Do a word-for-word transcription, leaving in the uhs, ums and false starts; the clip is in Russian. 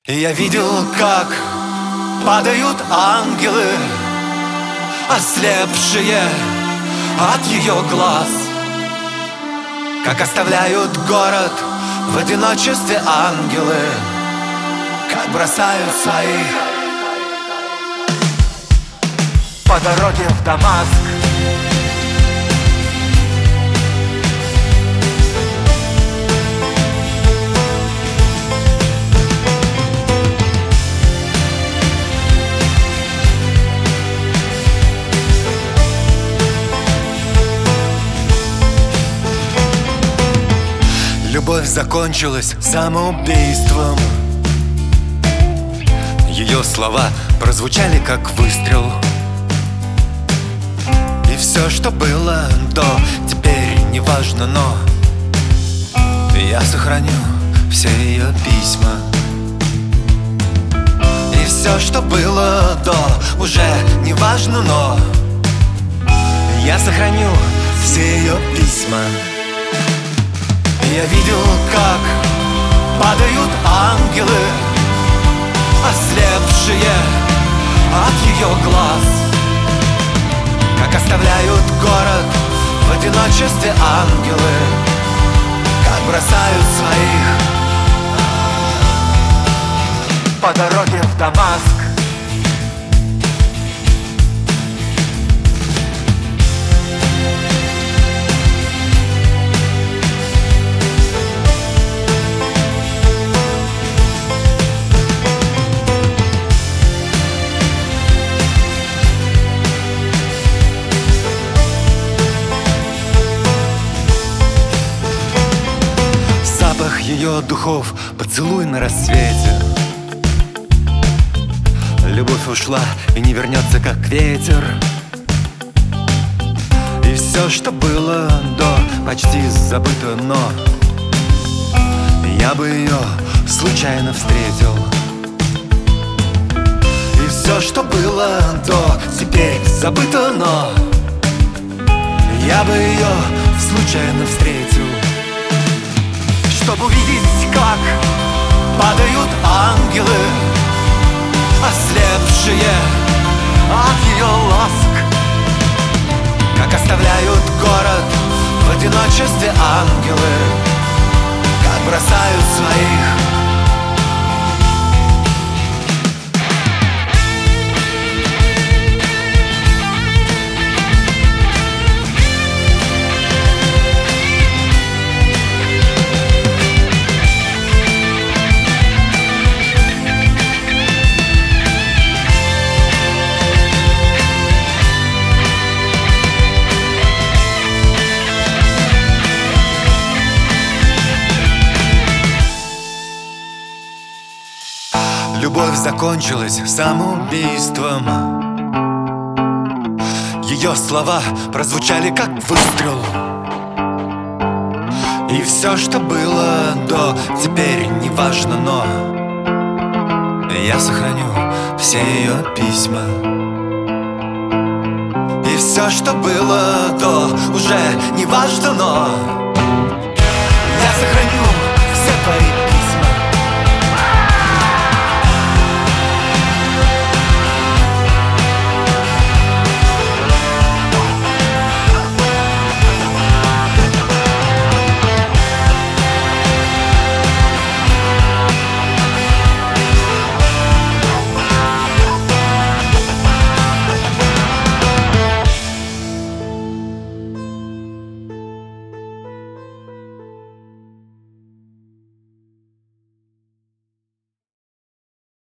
И я видел, как падают ангелы, ослепшие от ее глаз, как оставляют город в одиночестве ангелы, как бросают своих по дороге в Дамаск. Любовь закончилась самоубийством. Ее слова прозвучали как выстрел. И все, что было до, теперь не важно, но я сохраню все ее письма. И все, что было до, уже не важно, но я сохраню все ее письма. Я видел, как падают ангелы, ослепшие от ее глаз, как оставляют город в одиночестве ангелы, как бросают своих по дороге в Дамаск. Ее духов, поцелуй на рассвете. Любовь ушла и не вернется, как ветер. И все, что было до, почти забыто, но я бы ее случайно встретил. И все, что было до, теперь забыто, но я бы ее случайно встретил. Чтобы увидеть, как падают ангелы, ослепшие от ее ласк, как оставляют город в одиночестве ангелы, как бросают своих. Любовь закончилась самоубийством. Ее слова прозвучали как выстрел. И все, что было до, теперь не важно, но я сохраню все ее письма. И все, что было до, уже не важно, но я сохраню